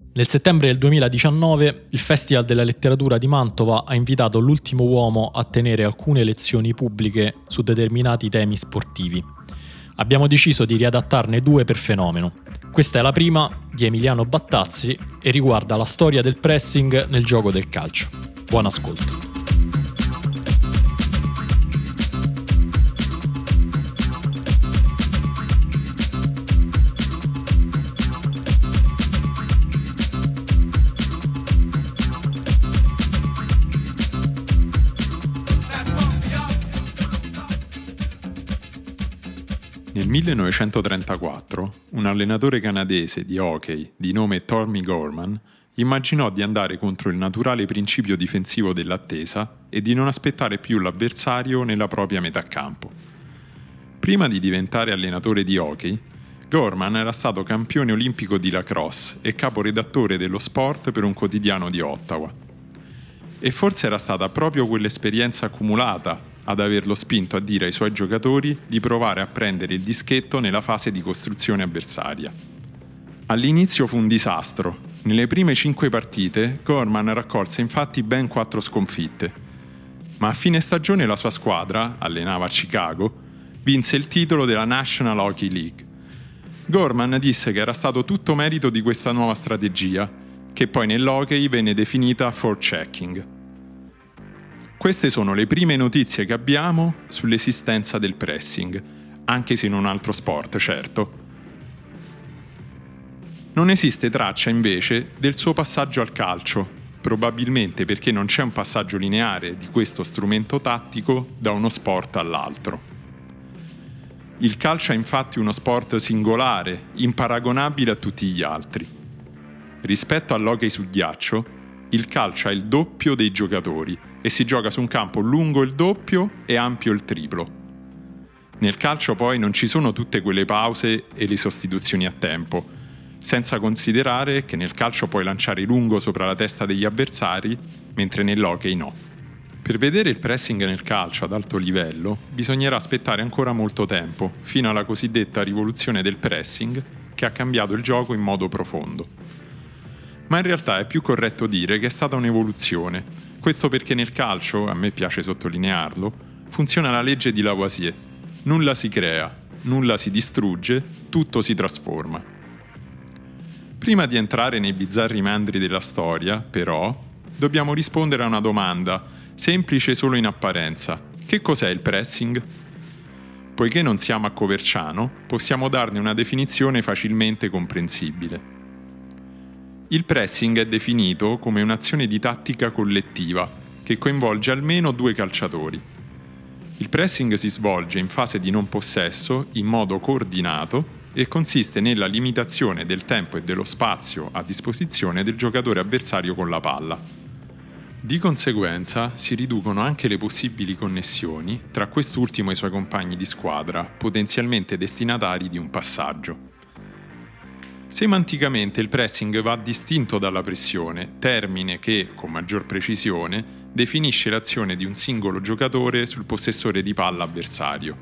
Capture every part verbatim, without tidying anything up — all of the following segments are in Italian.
Nel settembre del duemiladiciannove il Festival della Letteratura di Mantova ha invitato l'ultimo uomo a tenere alcune lezioni pubbliche su determinati temi sportivi. Abbiamo deciso di riadattarne due per Fenomeno. Questa è la prima, di Emiliano Battazzi, e riguarda la storia del pressing nel gioco del calcio. Buon ascolto. Nel millenovecentotrentaquattro, un allenatore canadese di hockey di nome Tommy Gorman immaginò di andare contro il naturale principio difensivo dell'attesa e di non aspettare più l'avversario nella propria metà campo. Prima di diventare allenatore di hockey, Gorman era stato campione olimpico di lacrosse e caporedattore dello sport per un quotidiano di Ottawa. E forse era stata proprio quell'esperienza accumulata ad averlo spinto a dire ai suoi giocatori di provare a prendere il dischetto nella fase di costruzione avversaria. All'inizio fu un disastro. Nelle prime cinque partite Gorman raccolse infatti ben quattro sconfitte, ma a fine stagione la sua squadra, allenava a Chicago, vinse il titolo della National Hockey League. Gorman disse che era stato tutto merito di questa nuova strategia, che poi nell'hockey venne definita forechecking. Queste sono le prime notizie che abbiamo sull'esistenza del pressing, anche se in un altro sport, certo. Non esiste traccia invece del suo passaggio al calcio, probabilmente perché non c'è un passaggio lineare di questo strumento tattico da uno sport all'altro. Il calcio è infatti uno sport singolare, imparagonabile a tutti gli altri. Rispetto all'hockey su ghiaccio, il calcio ha il doppio dei giocatori e si gioca su un campo lungo il doppio e ampio il triplo. Nel calcio poi non ci sono tutte quelle pause e le sostituzioni a tempo, senza considerare che nel calcio puoi lanciare lungo sopra la testa degli avversari, mentre nell'hockey no. Per vedere il pressing nel calcio ad alto livello bisognerà aspettare ancora molto tempo, fino alla cosiddetta rivoluzione del pressing, che ha cambiato il gioco in modo profondo. Ma in realtà è più corretto dire che è stata un'evoluzione. Questo perché nel calcio, a me piace sottolinearlo, funziona la legge di Lavoisier. Nulla si crea, nulla si distrugge, tutto si trasforma. Prima di entrare nei bizzarri meandri della storia, però, dobbiamo rispondere a una domanda, semplice solo in apparenza. Che cos'è il pressing? Poiché non siamo a Coverciano, possiamo darne una definizione facilmente comprensibile. Il pressing è definito come un'azione di tattica collettiva che coinvolge almeno due calciatori. Il pressing si svolge in fase di non possesso in modo coordinato e consiste nella limitazione del tempo e dello spazio a disposizione del giocatore avversario con la palla. Di conseguenza si riducono anche le possibili connessioni tra quest'ultimo e i suoi compagni di squadra, potenzialmente destinatari di un passaggio. Semanticamente il pressing va distinto dalla pressione, termine che, con maggior precisione, definisce l'azione di un singolo giocatore sul possessore di palla avversario.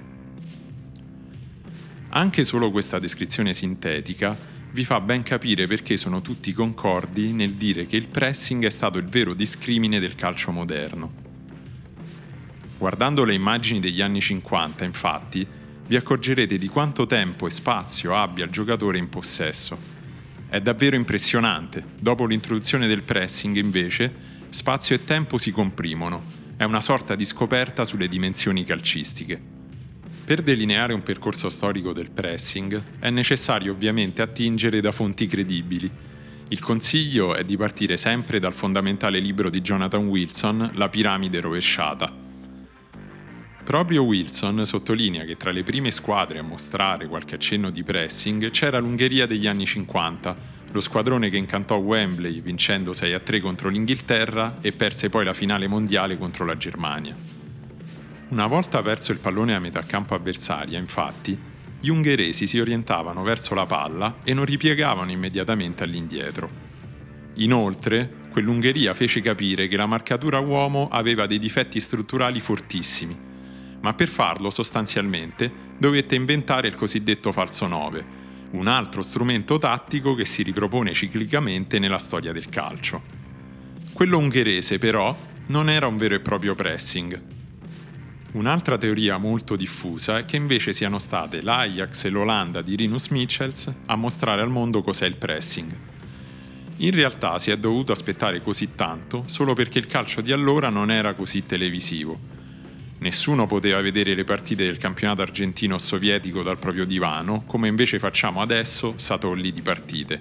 Anche solo questa descrizione sintetica vi fa ben capire perché sono tutti concordi nel dire che il pressing è stato il vero discrimine del calcio moderno. Guardando le immagini degli anni cinquanta, infatti, vi accorgerete di quanto tempo e spazio abbia il giocatore in possesso. È davvero impressionante. Dopo l'introduzione del pressing, invece, spazio e tempo si comprimono. È una sorta di scoperta sulle dimensioni calcistiche. Per delineare un percorso storico del pressing è necessario ovviamente attingere da fonti credibili. Il consiglio è di partire sempre dal fondamentale libro di Jonathan Wilson, La piramide rovesciata. Proprio Wilson sottolinea che tra le prime squadre a mostrare qualche accenno di pressing c'era l'Ungheria degli anni cinquanta, lo squadrone che incantò Wembley vincendo sei a tre contro l'Inghilterra e perse poi la finale mondiale contro la Germania. Una volta perso il pallone a metà campo avversaria, infatti, gli ungheresi si orientavano verso la palla e non ripiegavano immediatamente all'indietro. Inoltre, quell'Ungheria fece capire che la marcatura uomo aveva dei difetti strutturali fortissimi, ma per farlo sostanzialmente dovette inventare il cosiddetto falso nove, un altro strumento tattico che si ripropone ciclicamente nella storia del calcio. Quello ungherese, però, non era un vero e proprio pressing. Un'altra teoria molto diffusa è che invece siano state l'Ajax e l'Olanda di Rinus Michels a mostrare al mondo cos'è il pressing. In realtà si è dovuto aspettare così tanto solo perché il calcio di allora non era così televisivo. Nessuno poteva vedere le partite del campionato argentino o sovietico dal proprio divano, come invece facciamo adesso satolli di partite.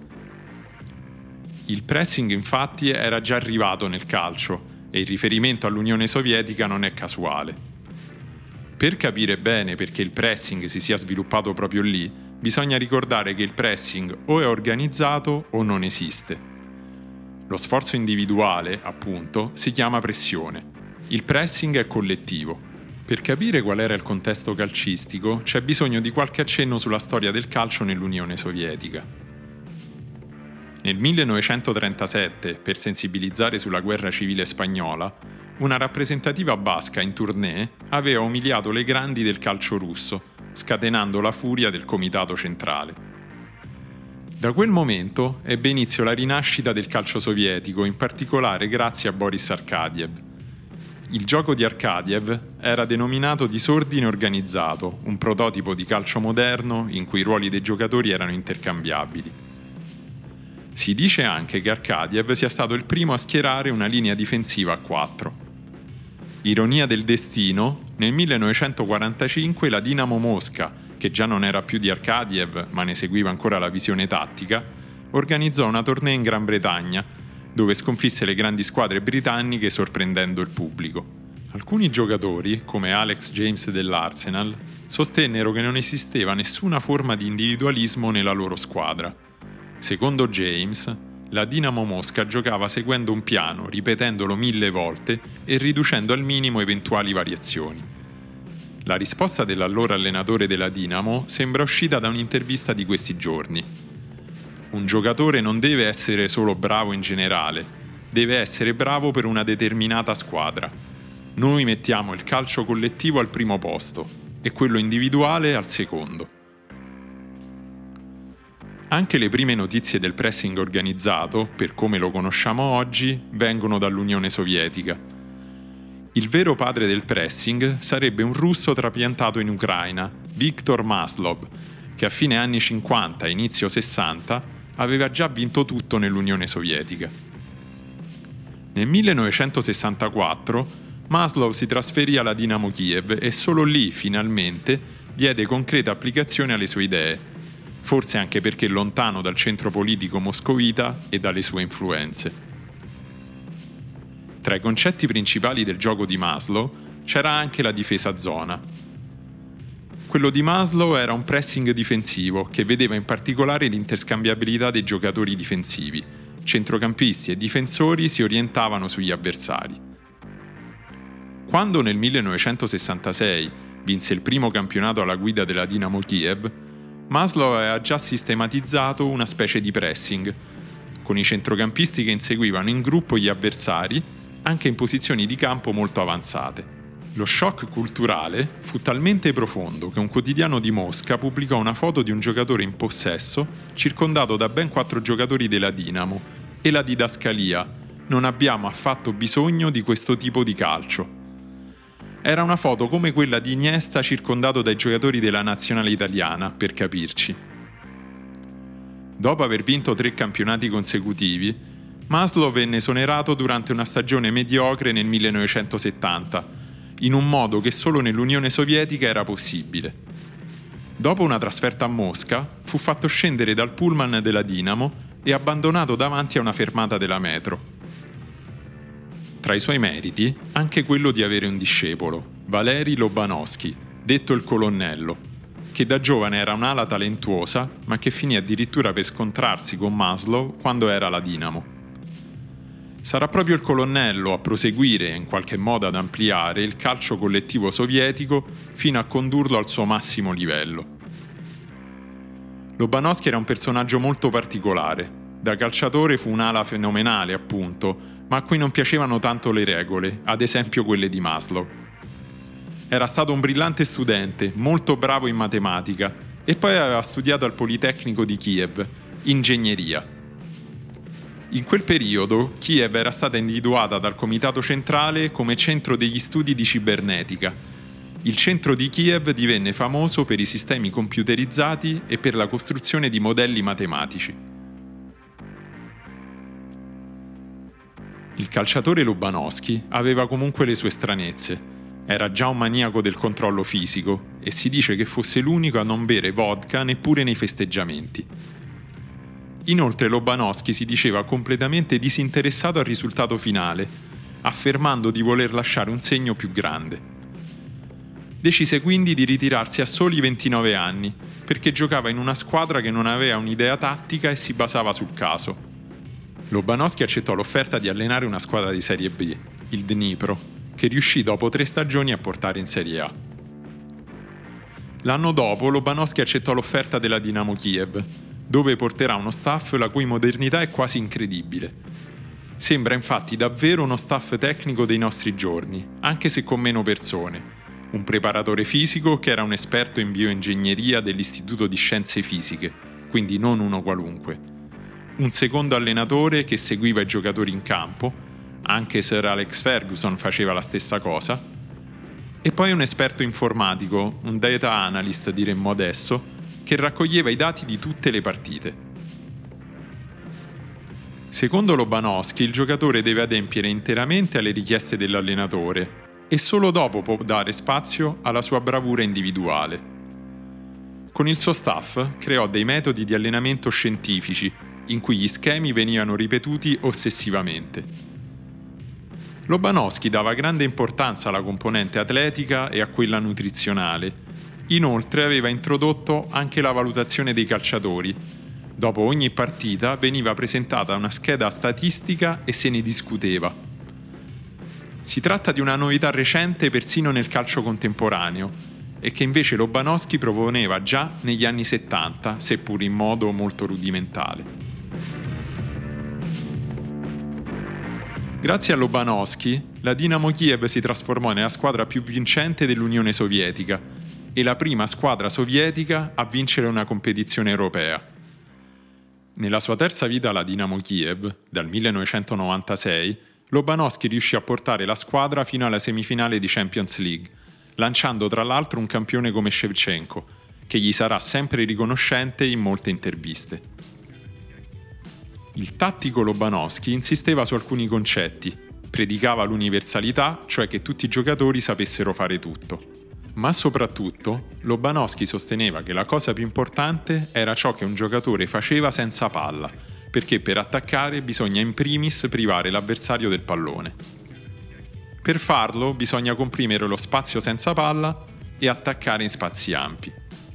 Il pressing infatti era già arrivato nel calcio e il riferimento all'Unione Sovietica non è casuale. Per capire bene perché il pressing si sia sviluppato proprio lì, bisogna ricordare che il pressing o è organizzato o non esiste. Lo sforzo individuale, appunto, si chiama pressione. Il pressing è collettivo. Per capire qual era il contesto calcistico c'è bisogno di qualche accenno sulla storia del calcio nell'Unione Sovietica. Nel millenovecentotrentasette, per sensibilizzare sulla guerra civile spagnola, una rappresentativa basca in tournée aveva umiliato le grandi del calcio russo, scatenando la furia del Comitato Centrale. Da quel momento ebbe inizio la rinascita del calcio sovietico, in particolare grazie a Boris Arkadiev. Il gioco di Arkadiev era denominato disordine organizzato, un prototipo di calcio moderno in cui i ruoli dei giocatori erano intercambiabili. Si dice anche che Arkadiev sia stato il primo a schierare una linea difensiva a quattro. Ironia del destino, nel millenovecentoquarantacinque la Dinamo Mosca, che già non era più di Arkadiev ma ne seguiva ancora la visione tattica, organizzò una tournée in Gran Bretagna, dove sconfisse le grandi squadre britanniche sorprendendo il pubblico. Alcuni giocatori, come Alex James dell'Arsenal, sostennero che non esisteva nessuna forma di individualismo nella loro squadra. Secondo James, la Dinamo Mosca giocava seguendo un piano, ripetendolo mille volte e riducendo al minimo eventuali variazioni. La risposta dell'allora allenatore della Dinamo sembra uscita da un'intervista di questi giorni. Un giocatore non deve essere solo bravo in generale, deve essere bravo per una determinata squadra. Noi mettiamo il calcio collettivo al primo posto e quello individuale al secondo. Anche le prime notizie del pressing organizzato, per come lo conosciamo oggi, vengono dall'Unione Sovietica. Il vero padre del pressing sarebbe un russo trapiantato in Ucraina, Viktor Maslov, che a fine anni cinquanta e inizio sessanta aveva già vinto tutto nell'Unione Sovietica. Nel millenovecentosessantaquattro Maslov si trasferì alla Dinamo Kiev e solo lì, finalmente, diede concreta applicazione alle sue idee, forse anche perché lontano dal centro politico moscovita e dalle sue influenze. Tra i concetti principali del gioco di Maslow c'era anche la difesa a zona. Quello di Maslow era un pressing difensivo che vedeva in particolare l'interscambiabilità dei giocatori difensivi. Centrocampisti e difensori si orientavano sugli avversari. Quando nel millenovecentosessantasei vinse il primo campionato alla guida della Dinamo Kiev, Maslow aveva già sistematizzato una specie di pressing, con i centrocampisti che inseguivano in gruppo gli avversari, anche in posizioni di campo molto avanzate. Lo shock culturale fu talmente profondo che un quotidiano di Mosca pubblicò una foto di un giocatore in possesso circondato da ben quattro giocatori della Dinamo e la didascalia: non abbiamo affatto bisogno di questo tipo di calcio. Era una foto come quella di Iniesta circondato dai giocatori della nazionale italiana, per capirci. Dopo aver vinto tre campionati consecutivi, Maslow venne esonerato durante una stagione mediocre nel millenovecentosettanta, in un modo che solo nell'Unione Sovietica era possibile. Dopo una trasferta a Mosca, fu fatto scendere dal pullman della Dinamo e abbandonato davanti a una fermata della metro. Tra i suoi meriti, anche quello di avere un discepolo, Valeri Lobanovskij, detto il colonnello, che da giovane era un'ala talentuosa, ma che finì addirittura per scontrarsi con Maslow quando era alla Dinamo. Sarà proprio il colonnello a proseguire e in qualche modo ad ampliare il calcio collettivo sovietico fino a condurlo al suo massimo livello. Lobanovskij era un personaggio molto particolare. Da calciatore fu un'ala fenomenale, appunto, ma a cui non piacevano tanto le regole, ad esempio quelle di Maslow. Era stato un brillante studente, molto bravo in matematica, e poi aveva studiato al Politecnico di Kiev, ingegneria. In quel periodo Kiev era stata individuata dal Comitato Centrale come centro degli studi di cibernetica. Il centro di Kiev divenne famoso per i sistemi computerizzati e per la costruzione di modelli matematici. Il calciatore Lobanovskij aveva comunque le sue stranezze. Era già un maniaco del controllo fisico e si dice che fosse l'unico a non bere vodka neppure nei festeggiamenti. Inoltre Lobanovskij si diceva completamente disinteressato al risultato finale, affermando di voler lasciare un segno più grande. Decise quindi di ritirarsi a soli ventinove anni, perché giocava in una squadra che non aveva un'idea tattica e si basava sul caso. Lobanovskij accettò l'offerta di allenare una squadra di Serie B, il Dnipro, che riuscì dopo tre stagioni a portare in Serie A. L'anno dopo Lobanovskij accettò l'offerta della Dinamo Kiev, dove porterà uno staff la cui modernità è quasi incredibile. Sembra infatti davvero uno staff tecnico dei nostri giorni, anche se con meno persone. Un preparatore fisico che era un esperto in bioingegneria dell'Istituto di Scienze Fisiche, quindi non uno qualunque. Un secondo allenatore che seguiva i giocatori in campo, anche Sir Alex Ferguson faceva la stessa cosa, e poi un esperto informatico, un data analyst diremmo adesso, che raccoglieva i dati di tutte le partite. Secondo Lobanovskij, il giocatore deve adempiere interamente alle richieste dell'allenatore e solo dopo può dare spazio alla sua bravura individuale. Con il suo staff creò dei metodi di allenamento scientifici in cui gli schemi venivano ripetuti ossessivamente. Lobanovskij dava grande importanza alla componente atletica e a quella nutrizionale. Inoltre aveva introdotto anche la valutazione dei calciatori. Dopo ogni partita veniva presentata una scheda statistica e se ne discuteva. Si tratta di una novità recente persino nel calcio contemporaneo e che invece Lobanovskij proponeva già negli anni settanta, seppur in modo molto rudimentale. Grazie a Lobanovskij, la Dinamo Kiev si trasformò nella squadra più vincente dell'Unione Sovietica e la prima squadra sovietica a vincere una competizione europea. Nella sua terza vita alla Dinamo Kiev, dal millenovecentonovantasei, Lobanovskij riuscì a portare la squadra fino alla semifinale di Champions League, lanciando tra l'altro un campione come Shevchenko, che gli sarà sempre riconoscente in molte interviste. Il tattico Lobanovskij insisteva su alcuni concetti, predicava l'universalità, cioè che tutti i giocatori sapessero fare tutto. Ma soprattutto, Lobanovskij sosteneva che la cosa più importante era ciò che un giocatore faceva senza palla, perché per attaccare bisogna in primis privare l'avversario del pallone. Per farlo bisogna comprimere lo spazio senza palla e attaccare in spazi ampi.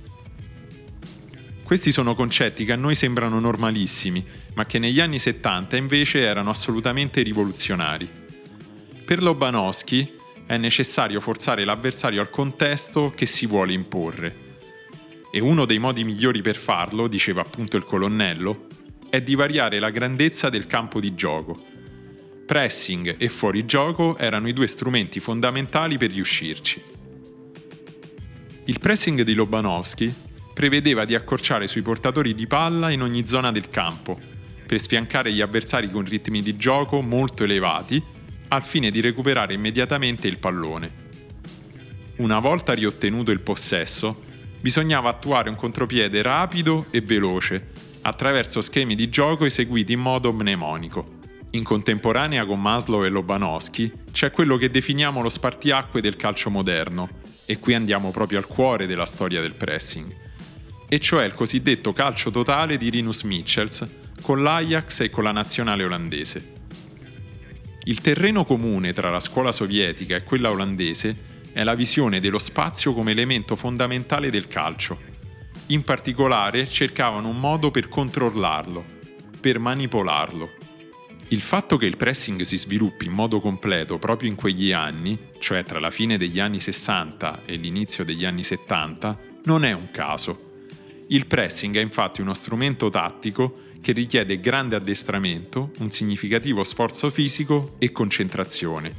Questi sono concetti che a noi sembrano normalissimi, ma che negli anni settanta invece erano assolutamente rivoluzionari. Per Lobanovskij è necessario forzare l'avversario al contesto che si vuole imporre. E uno dei modi migliori per farlo, diceva appunto il colonnello, è di variare la grandezza del campo di gioco. Pressing e fuorigioco erano i due strumenti fondamentali per riuscirci. Il pressing di Lobanovskij prevedeva di accorciare sui portatori di palla in ogni zona del campo, per sfiancare gli avversari con ritmi di gioco molto elevati, al fine di recuperare immediatamente il pallone. Una volta riottenuto il possesso, bisognava attuare un contropiede rapido e veloce, attraverso schemi di gioco eseguiti in modo mnemonico. In contemporanea con Maslow e Lobanovskij c'è quello che definiamo lo spartiacque del calcio moderno, e qui andiamo proprio al cuore della storia del pressing, e cioè il cosiddetto calcio totale di Rinus Michels con l'Ajax e con la nazionale olandese. Il terreno comune tra la scuola sovietica e quella olandese è la visione dello spazio come elemento fondamentale del calcio. In particolare cercavano un modo per controllarlo, per manipolarlo. Il fatto che il pressing si sviluppi in modo completo proprio in quegli anni, cioè tra la fine degli anni sessanta e l'inizio degli anni settanta, non è un caso. Il pressing è infatti uno strumento tattico che richiede grande addestramento, un significativo sforzo fisico e concentrazione.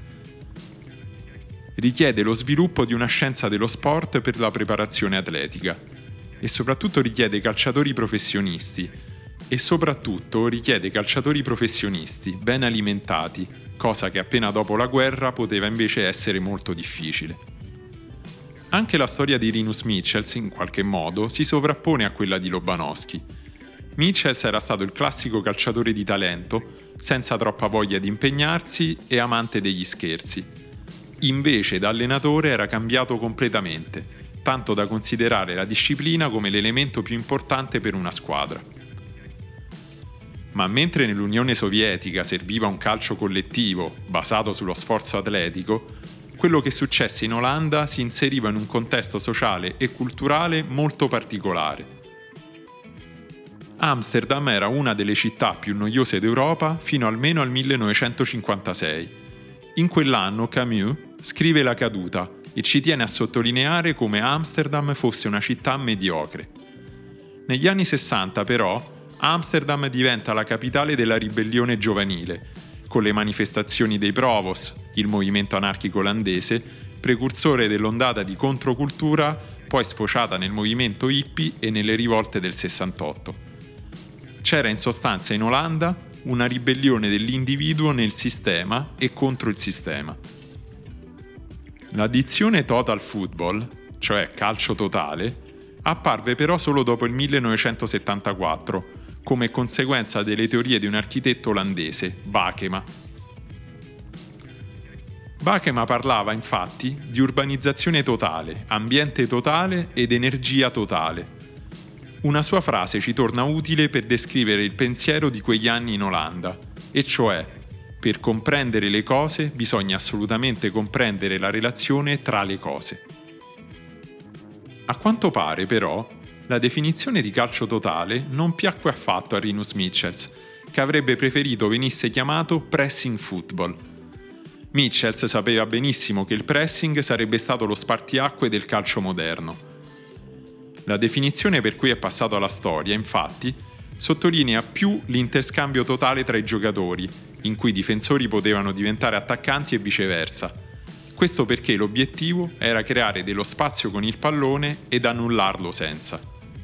Richiede lo sviluppo di una scienza dello sport per la preparazione atletica. e soprattutto richiede calciatori professionisti e soprattutto richiede calciatori professionisti ben alimentati, cosa che appena dopo la guerra poteva invece essere molto difficile. Anche la storia di Rinus Michels in qualche modo si sovrappone a quella di Lobanovský. Michels era stato il classico calciatore di talento, senza troppa voglia di impegnarsi e amante degli scherzi. Invece da allenatore era cambiato completamente, tanto da considerare la disciplina come l'elemento più importante per una squadra. Ma mentre nell'Unione Sovietica serviva un calcio collettivo basato sullo sforzo atletico, quello che successe in Olanda si inseriva in un contesto sociale e culturale molto particolare. Amsterdam era una delle città più noiose d'Europa fino almeno al millenovecentocinquantasei. In quell'anno Camus scrive La caduta e ci tiene a sottolineare come Amsterdam fosse una città mediocre. Negli anni sessanta, però, Amsterdam diventa la capitale della ribellione giovanile, con le manifestazioni dei Provos, il movimento anarchico olandese, precursore dell'ondata di controcultura poi sfociata nel movimento hippie e nelle rivolte del sessantotto. C'era in sostanza in Olanda una ribellione dell'individuo nel sistema e contro il sistema. La dizione total football, cioè calcio totale, apparve però solo dopo il millenovecentosettantaquattro, come conseguenza delle teorie di un architetto olandese, Bukema. Bukema parlava infatti di urbanizzazione totale, ambiente totale ed energia totale. Una sua frase ci torna utile per descrivere il pensiero di quegli anni in Olanda, e cioè: per comprendere le cose bisogna assolutamente comprendere la relazione tra le cose. A quanto pare, però, la definizione di calcio totale non piacque affatto a Rinus Michels, che avrebbe preferito venisse chiamato pressing football. Michels sapeva benissimo che il pressing sarebbe stato lo spartiacque del calcio moderno. La definizione per cui è passato alla storia, infatti, sottolinea più l'interscambio totale tra i giocatori, in cui i difensori potevano diventare attaccanti e viceversa. Questo perché l'obiettivo era creare dello spazio con il pallone ed annullarlo senza.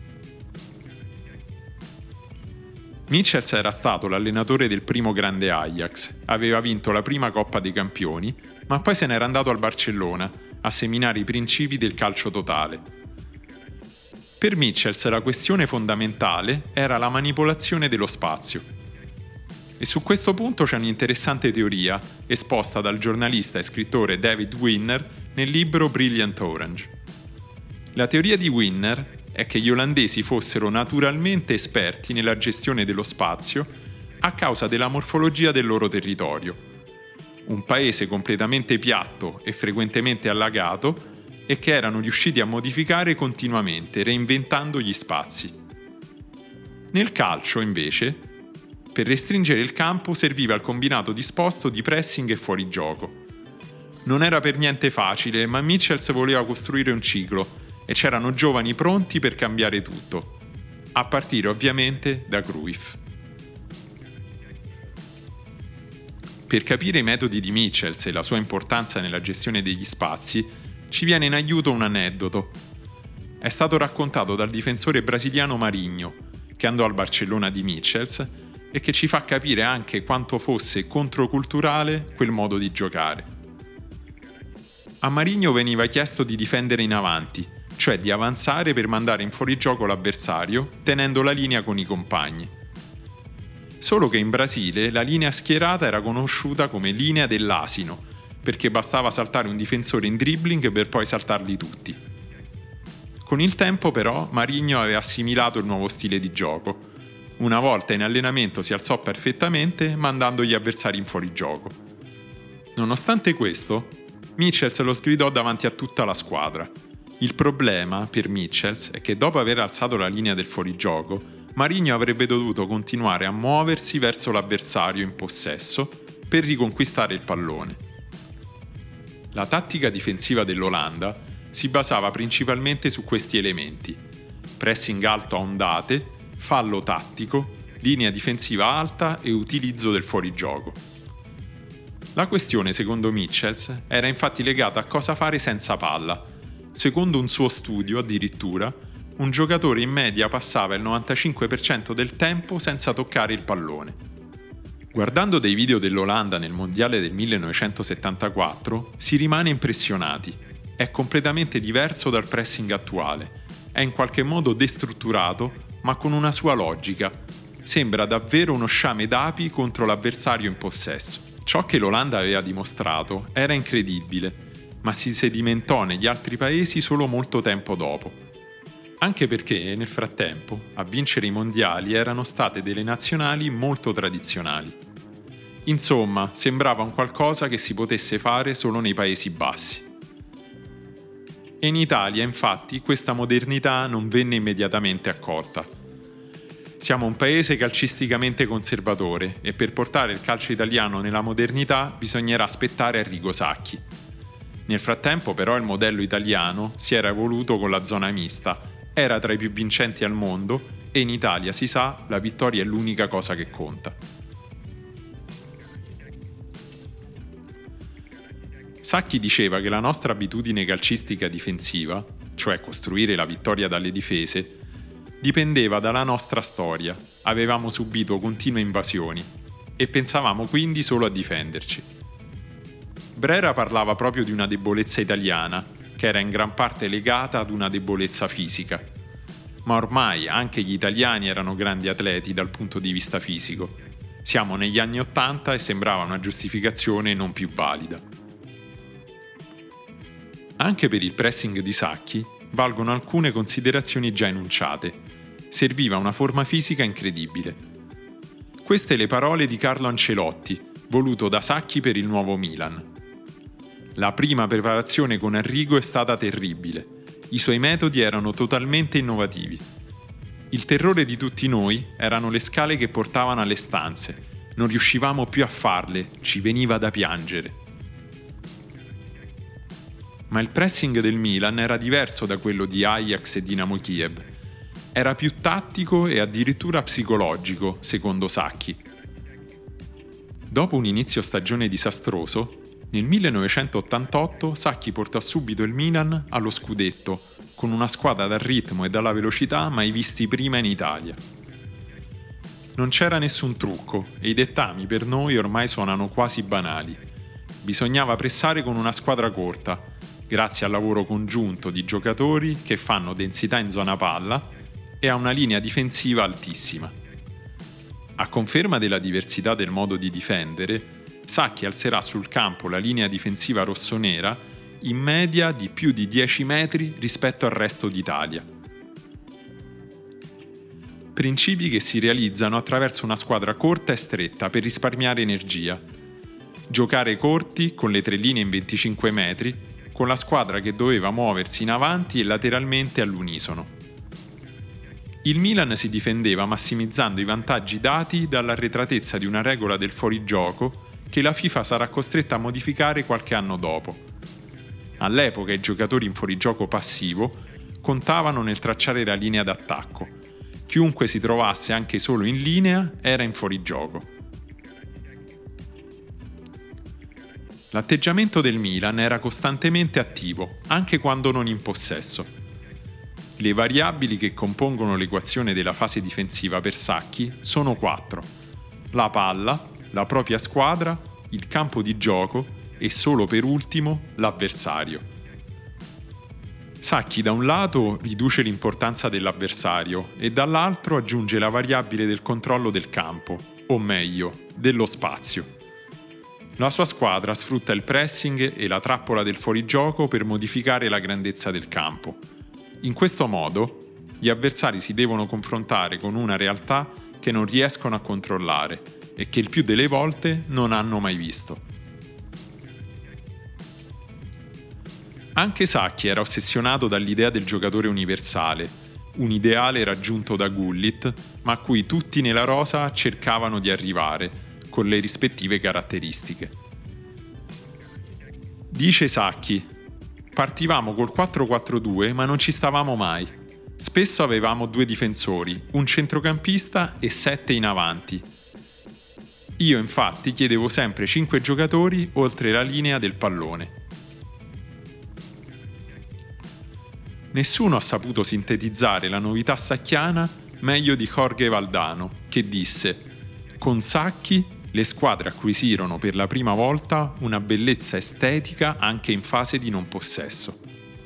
Michels era stato l'allenatore del primo grande Ajax, aveva vinto la prima Coppa dei Campioni, ma poi se n'era andato al Barcellona a seminare i principi del calcio totale. Per Michels la questione fondamentale era la manipolazione dello spazio. E su questo punto c'è un'interessante teoria esposta dal giornalista e scrittore David Winner nel libro Brilliant Orange. La teoria di Winner è che gli olandesi fossero naturalmente esperti nella gestione dello spazio a causa della morfologia del loro territorio. Un paese completamente piatto e frequentemente allagato e che erano riusciti a modificare continuamente, reinventando gli spazi. Nel calcio, invece, per restringere il campo serviva il combinato disposto di pressing e fuorigioco. Non era per niente facile, ma Michels voleva costruire un ciclo e c'erano giovani pronti per cambiare tutto, a partire ovviamente da Cruyff. Per capire i metodi di Michels e la sua importanza nella gestione degli spazi, ci viene in aiuto un aneddoto. È stato raccontato dal difensore brasiliano Marinho, che andò al Barcellona di Michels e che ci fa capire anche quanto fosse controculturale quel modo di giocare. A Marinho veniva chiesto di difendere in avanti, cioè di avanzare per mandare in fuorigioco l'avversario tenendo la linea con i compagni. Solo che in Brasile la linea schierata era conosciuta come linea dell'asino, perché bastava saltare un difensore in dribbling per poi saltarli tutti. Con il tempo però Marinho aveva assimilato il nuovo stile di gioco. Una volta in allenamento si alzò perfettamente mandando gli avversari in fuorigioco. Nonostante questo, Michels lo sgridò davanti a tutta la squadra. Il problema per Michels è che dopo aver alzato la linea del fuorigioco, Marinho avrebbe dovuto continuare a muoversi verso l'avversario in possesso per riconquistare il pallone. La tattica difensiva dell'Olanda si basava principalmente su questi elementi: pressing alto a ondate, fallo tattico, linea difensiva alta e utilizzo del fuorigioco. La questione, secondo Michels, era infatti legata a cosa fare senza palla. Secondo un suo studio, addirittura, un giocatore in media passava il novantacinque per cento del tempo senza toccare il pallone. Guardando dei video dell'Olanda nel mondiale del millenovecentosettantaquattro si rimane impressionati. È completamente diverso dal pressing attuale. È in qualche modo destrutturato, ma con una sua logica. Sembra davvero uno sciame d'api contro l'avversario in possesso. Ciò che l'Olanda aveva dimostrato era incredibile, ma si sedimentò negli altri paesi solo molto tempo dopo. Anche perché, nel frattempo, a vincere i mondiali erano state delle nazionali molto tradizionali. Insomma, sembrava un qualcosa che si potesse fare solo nei Paesi Bassi. E in Italia, infatti, questa modernità non venne immediatamente accolta. Siamo un paese calcisticamente conservatore e per portare il calcio italiano nella modernità bisognerà aspettare Arrigo Sacchi. Nel frattempo, però, il modello italiano si era evoluto con la zona mista, era tra i più vincenti al mondo e in Italia, si sa, la vittoria è l'unica cosa che conta. Sacchi diceva che la nostra abitudine calcistica difensiva, cioè costruire la vittoria dalle difese, dipendeva dalla nostra storia, avevamo subito continue invasioni e pensavamo quindi solo a difenderci. Brera parlava proprio di una debolezza italiana, che era in gran parte legata ad una debolezza fisica. Ma ormai anche gli italiani erano grandi atleti dal punto di vista fisico. Siamo negli anni Ottanta e sembrava una giustificazione non più valida. Anche per il pressing di Sacchi valgono alcune considerazioni già enunciate. Serviva una forma fisica incredibile. Queste le parole di Carlo Ancelotti, voluto da Sacchi per il nuovo Milan. La prima preparazione con Arrigo è stata terribile. I suoi metodi erano totalmente innovativi. Il terrore di tutti noi erano le scale che portavano alle stanze. Non riuscivamo più a farle, ci veniva da piangere. Ma il pressing del Milan era diverso da quello di Ajax e Dinamo Kiev. Era più tattico e addirittura psicologico, secondo Sacchi. Dopo un inizio stagione disastroso, nel millenovecentottantotto Sacchi portò subito il Milan allo scudetto, con una squadra dal ritmo e dalla velocità mai visti prima in Italia. Non c'era nessun trucco e i dettami per noi ormai suonano quasi banali. Bisognava pressare con una squadra corta, grazie al lavoro congiunto di giocatori che fanno densità in zona palla e a una linea difensiva altissima. A conferma della diversità del modo di difendere, Sacchi alzerà sul campo la linea difensiva rossonera in media di più di dieci metri rispetto al resto d'Italia. Principi che si realizzano attraverso una squadra corta e stretta per risparmiare energia. Giocare corti con le tre linee in venticinque metri, con la squadra che doveva muoversi in avanti e lateralmente all'unisono. Il Milan si difendeva massimizzando i vantaggi dati dall'arretratezza di una regola del fuorigioco che la FIFA sarà costretta a modificare qualche anno dopo. All'epoca i giocatori in fuorigioco passivo contavano nel tracciare la linea d'attacco. Chiunque si trovasse anche solo in linea era in fuorigioco. L'atteggiamento del Milan era costantemente attivo, anche quando non in possesso. Le variabili che compongono l'equazione della fase difensiva per Sacchi sono quattro: la palla, la propria squadra, il campo di gioco e solo per ultimo l'avversario. Sacchi da un lato riduce l'importanza dell'avversario e dall'altro aggiunge la variabile del controllo del campo, o meglio, dello spazio. La sua squadra sfrutta il pressing e la trappola del fuorigioco per modificare la grandezza del campo. In questo modo, gli avversari si devono confrontare con una realtà che non riescono a controllare e che il più delle volte non hanno mai visto. Anche Sacchi era ossessionato dall'idea del giocatore universale, un ideale raggiunto da Gullit, ma a cui tutti nella rosa cercavano di arrivare, con le rispettive caratteristiche. Dice Sacchi: partivamo col quattro quattro due ma non ci stavamo mai. Spesso avevamo due difensori, un centrocampista e sette in avanti. Io infatti chiedevo sempre cinque giocatori oltre la linea del pallone. Nessuno ha saputo sintetizzare la novità sacchiana meglio di Jorge Valdano, che disse: «Con Sacchi le squadre acquisirono per la prima volta una bellezza estetica anche in fase di non possesso».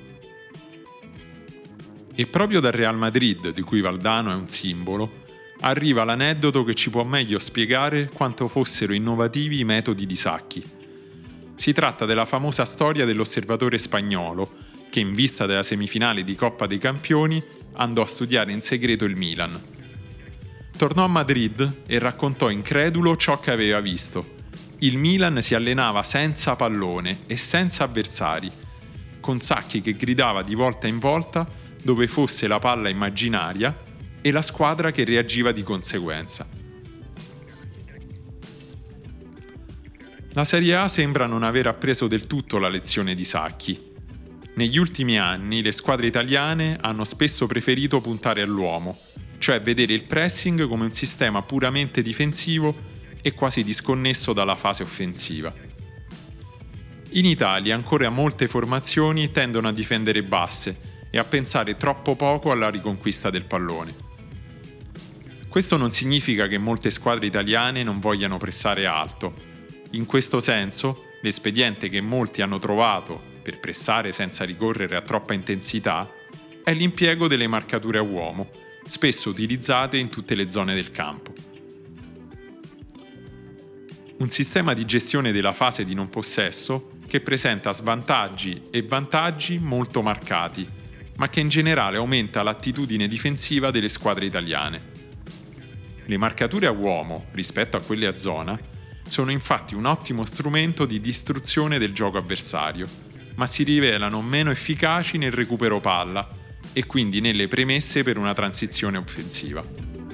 E proprio dal Real Madrid, di cui Valdano è un simbolo, arriva l'aneddoto che ci può meglio spiegare quanto fossero innovativi i metodi di Sacchi. Si tratta della famosa storia dell'osservatore spagnolo che, in vista della semifinale di Coppa dei Campioni, andò a studiare in segreto il Milan. Tornò a Madrid e raccontò incredulo ciò che aveva visto. Il Milan si allenava senza pallone e senza avversari, con Sacchi che gridava di volta in volta dove fosse la palla immaginaria e la squadra che reagiva di conseguenza. La Serie A sembra non aver appreso del tutto la lezione di Sacchi. Negli ultimi anni le squadre italiane hanno spesso preferito puntare all'uomo, cioè vedere il pressing come un sistema puramente difensivo e quasi disconnesso dalla fase offensiva. In Italia ancora molte formazioni tendono a difendere basse e a pensare troppo poco alla riconquista del pallone. Questo non significa che molte squadre italiane non vogliano pressare alto. In questo senso, l'espediente che molti hanno trovato per pressare senza ricorrere a troppa intensità è l'impiego delle marcature a uomo, spesso utilizzate in tutte le zone del campo. Un sistema di gestione della fase di non possesso che presenta svantaggi e vantaggi molto marcati, ma che in generale aumenta l'attitudine difensiva delle squadre italiane. Le marcature a uomo, rispetto a quelle a zona, sono infatti un ottimo strumento di distruzione del gioco avversario, ma si rivelano meno efficaci nel recupero palla e quindi nelle premesse per una transizione offensiva.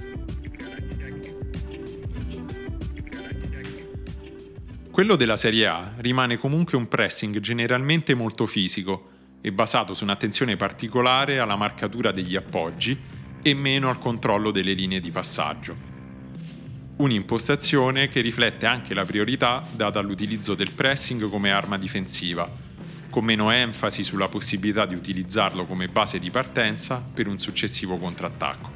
Quello della Serie A rimane comunque un pressing generalmente molto fisico e basato su un'attenzione particolare alla marcatura degli appoggi e meno al controllo delle linee di passaggio. Un'impostazione che riflette anche la priorità data all'utilizzo del pressing come arma difensiva, con meno enfasi sulla possibilità di utilizzarlo come base di partenza per un successivo contrattacco.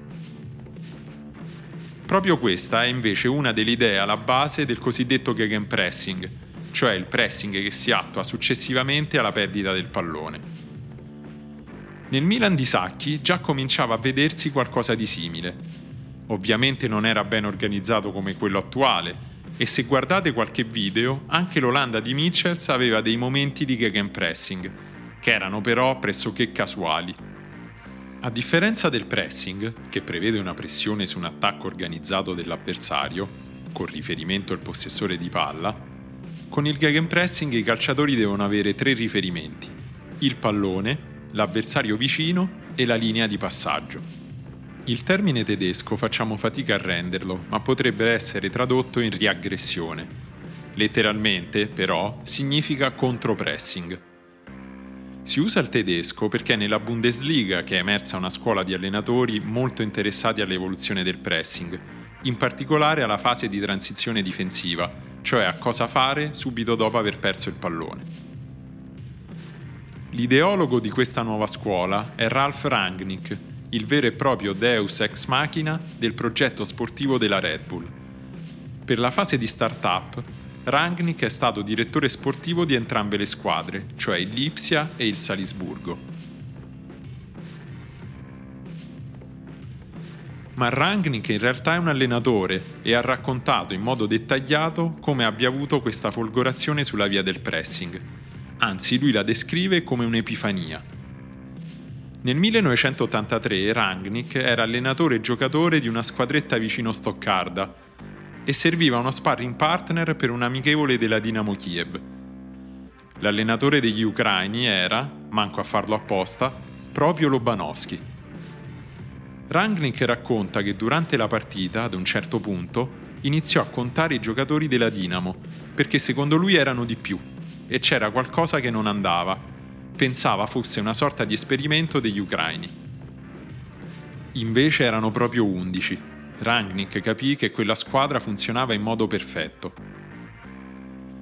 Proprio questa è invece una delle idee alla base del cosiddetto gegenpressing, cioè il pressing che si attua successivamente alla perdita del pallone. Nel Milan di Sacchi già cominciava a vedersi qualcosa di simile. Ovviamente non era ben organizzato come quello attuale, e se guardate qualche video, anche l'Olanda di Michels aveva dei momenti di gegenpressing, che erano però pressoché casuali. A differenza del pressing, che prevede una pressione su un attacco organizzato dell'avversario, con riferimento al possessore di palla, con il gegenpressing i calciatori devono avere tre riferimenti: il pallone, l'avversario vicino e la linea di passaggio. Il termine tedesco facciamo fatica a renderlo, ma potrebbe essere tradotto in riaggressione. Letteralmente, però, significa contropressing. Si usa il tedesco perché nella Bundesliga che è emersa una scuola di allenatori molto interessati all'evoluzione del pressing, in particolare alla fase di transizione difensiva, cioè a cosa fare subito dopo aver perso il pallone. L'ideologo di questa nuova scuola è Ralf Rangnick, il vero e proprio deus ex machina del progetto sportivo della Red Bull. Per la fase di start-up, Rangnick è stato direttore sportivo di entrambe le squadre, cioè il Lipsia e il Salisburgo. Ma Rangnick in realtà è un allenatore e ha raccontato in modo dettagliato come abbia avuto questa folgorazione sulla via del pressing. Anzi, lui la descrive come un'epifania. Nel millenovecentottantatré Rangnick era allenatore e giocatore di una squadretta vicino Stoccarda e serviva uno sparring partner per un amichevole della Dinamo Kiev. L'allenatore degli ucraini era, manco a farlo apposta, proprio Lobanovskij. Rangnick racconta che durante la partita, ad un certo punto, iniziò a contare i giocatori della Dinamo, perché secondo lui erano di più, e c'era qualcosa che non andava. Pensava fosse una sorta di esperimento degli ucraini. Invece erano proprio undici. Rangnick capì che quella squadra funzionava in modo perfetto.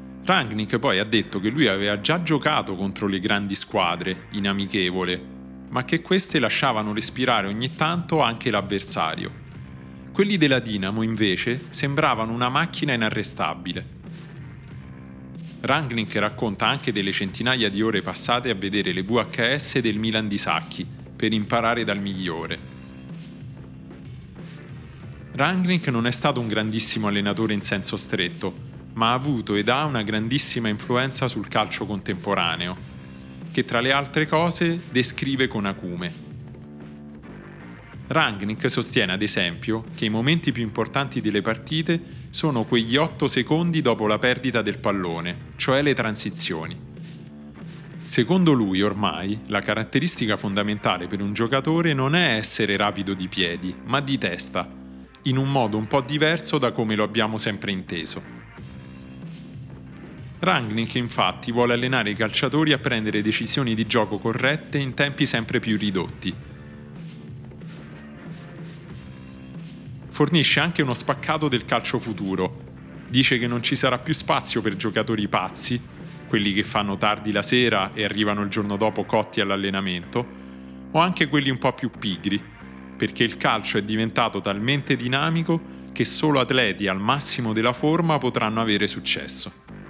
Rangnick poi ha detto che lui aveva già giocato contro le grandi squadre, in amichevole, ma che queste lasciavano respirare ogni tanto anche l'avversario. Quelli della Dinamo, invece, sembravano una macchina inarrestabile. Rangnick racconta anche delle centinaia di ore passate a vedere le V H S del Milan di Sacchi per imparare dal migliore. Rangnick non è stato un grandissimo allenatore in senso stretto, ma ha avuto ed ha una grandissima influenza sul calcio contemporaneo, che tra le altre cose descrive con acume. Rangnick sostiene ad esempio che i momenti più importanti delle partite sono quegli otto secondi dopo la perdita del pallone, cioè le transizioni. Secondo lui ormai la caratteristica fondamentale per un giocatore non è essere rapido di piedi, ma di testa, in un modo un po' diverso da come lo abbiamo sempre inteso. Rangnick infatti vuole allenare i calciatori a prendere decisioni di gioco corrette in tempi sempre più ridotti. Fornisce anche uno spaccato del calcio futuro. Dice che non ci sarà più spazio per giocatori pazzi, quelli che fanno tardi la sera e arrivano il giorno dopo cotti all'allenamento, o anche quelli un po' più pigri, perché il calcio è diventato talmente dinamico che solo atleti al massimo della forma potranno avere successo.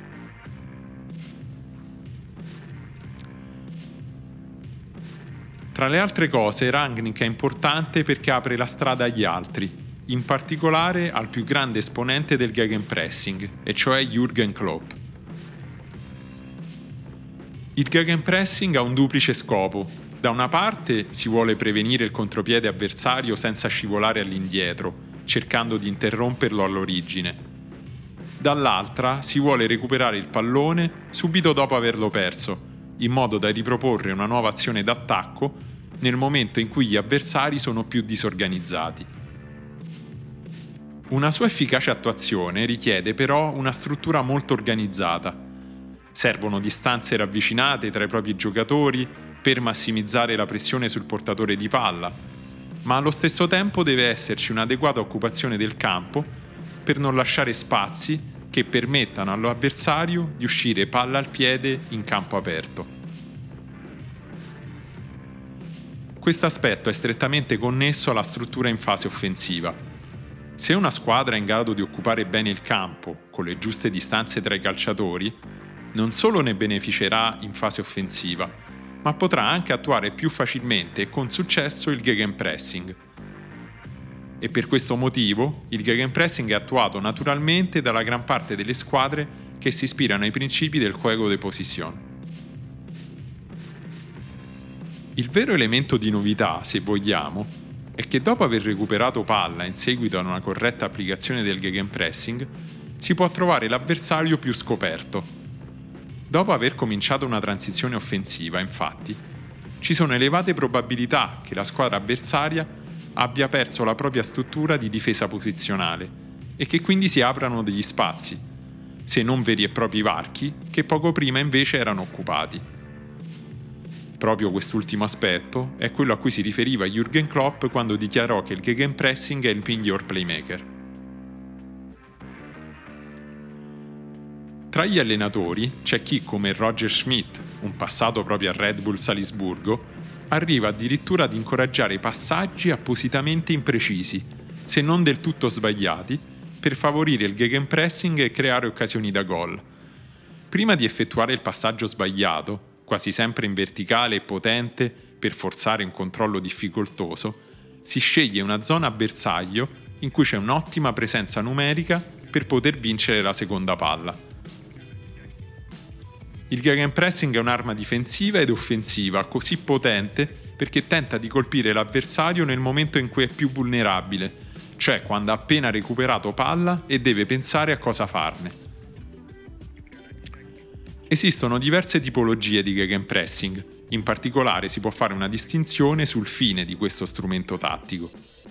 Tra le altre cose, Rangnick è importante perché apre la strada agli altri, in particolare al più grande esponente del gegenpressing, e cioè Jürgen Klopp. Il gegenpressing ha un duplice scopo. Da una parte si vuole prevenire il contropiede avversario senza scivolare all'indietro, cercando di interromperlo all'origine. Dall'altra si vuole recuperare il pallone subito dopo averlo perso, in modo da riproporre una nuova azione d'attacco nel momento in cui gli avversari sono più disorganizzati. Una sua efficace attuazione richiede però una struttura molto organizzata. Servono distanze ravvicinate tra i propri giocatori per massimizzare la pressione sul portatore di palla, ma allo stesso tempo deve esserci un'adeguata occupazione del campo per non lasciare spazi che permettano all'avversario di uscire palla al piede in campo aperto. Questo aspetto è strettamente connesso alla struttura in fase offensiva. Se una squadra è in grado di occupare bene il campo, con le giuste distanze tra i calciatori, non solo ne beneficerà in fase offensiva, ma potrà anche attuare più facilmente e con successo il gegenpressing. E per questo motivo il gegenpressing è attuato naturalmente dalla gran parte delle squadre che si ispirano ai principi del juego de posición. Il vero elemento di novità, se vogliamo, è che dopo aver recuperato palla in seguito a una corretta applicazione del gegenpressing, si può trovare l'avversario più scoperto. Dopo aver cominciato una transizione offensiva, infatti, ci sono elevate probabilità che la squadra avversaria abbia perso la propria struttura di difesa posizionale e che quindi si aprano degli spazi, se non veri e propri varchi, che poco prima invece erano occupati. Proprio quest'ultimo aspetto è quello a cui si riferiva Jürgen Klopp quando dichiarò che il gegenpressing è il miglior playmaker. Tra gli allenatori c'è chi, come Roger Schmidt, un passato proprio a Red Bull Salisburgo, arriva addirittura ad incoraggiare passaggi appositamente imprecisi, se non del tutto sbagliati, per favorire il gegenpressing e creare occasioni da gol. Prima di effettuare il passaggio sbagliato, quasi sempre in verticale e potente per forzare un controllo difficoltoso, si sceglie una zona a bersaglio in cui c'è un'ottima presenza numerica per poter vincere la seconda palla. Il gegenpressing è un'arma difensiva ed offensiva così potente perché tenta di colpire l'avversario nel momento in cui è più vulnerabile, cioè quando ha appena recuperato palla e deve pensare a cosa farne. Esistono diverse tipologie di gegenpressing, in particolare si può fare una distinzione sul fine di questo strumento tattico.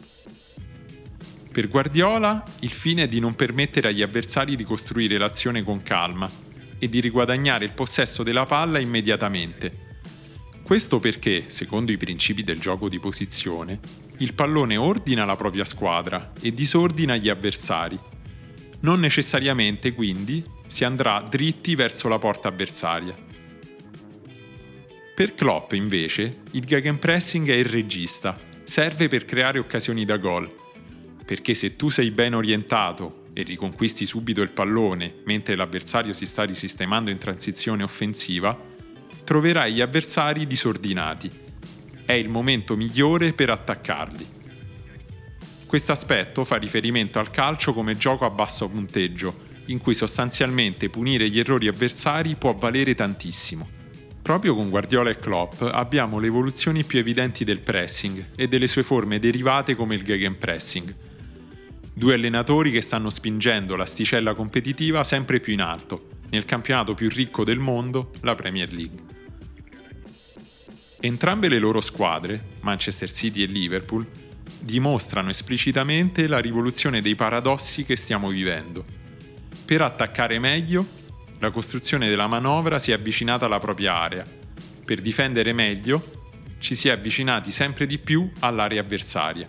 Per Guardiola, il fine è di non permettere agli avversari di costruire l'azione con calma e di riguadagnare il possesso della palla immediatamente. Questo perché, secondo i principi del gioco di posizione, il pallone ordina la propria squadra e disordina gli avversari. Non necessariamente, quindi, si andrà dritti verso la porta avversaria. Per Klopp, invece, il gegenpressing è il regista, serve per creare occasioni da gol, perché se tu sei ben orientato e riconquisti subito il pallone mentre l'avversario si sta risistemando in transizione offensiva, troverai gli avversari disordinati. È il momento migliore per attaccarli. Questo aspetto fa riferimento al calcio come gioco a basso punteggio, in cui sostanzialmente punire gli errori avversari può valere tantissimo. Proprio con Guardiola e Klopp abbiamo le evoluzioni più evidenti del pressing e delle sue forme derivate come il gegenpressing. Due allenatori che stanno spingendo l'asticella competitiva sempre più in alto, nel campionato più ricco del mondo, la Premier League. Entrambe le loro squadre, Manchester City e Liverpool, dimostrano esplicitamente la rivoluzione dei paradossi che stiamo vivendo. Per attaccare meglio, la costruzione della manovra si è avvicinata alla propria area. Per difendere meglio, ci si è avvicinati sempre di più all'area avversaria.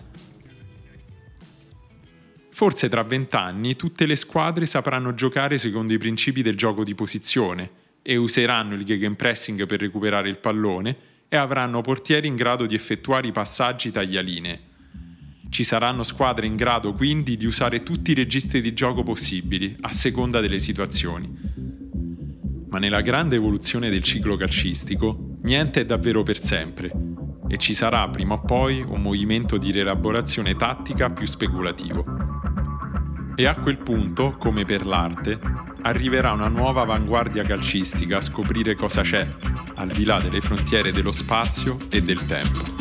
Forse tra vent'anni tutte le squadre sapranno giocare secondo i principi del gioco di posizione e useranno il gegenpressing per recuperare il pallone e avranno portieri in grado di effettuare i passaggi taglialinee. Ci saranno squadre in grado quindi di usare tutti i registri di gioco possibili a seconda delle situazioni. Ma nella grande evoluzione del ciclo calcistico, niente è davvero per sempre e ci sarà prima o poi un movimento di rielaborazione tattica più speculativo. E a quel punto, come per l'arte, arriverà una nuova avanguardia calcistica a scoprire cosa c'è, al di là delle frontiere dello spazio e del tempo.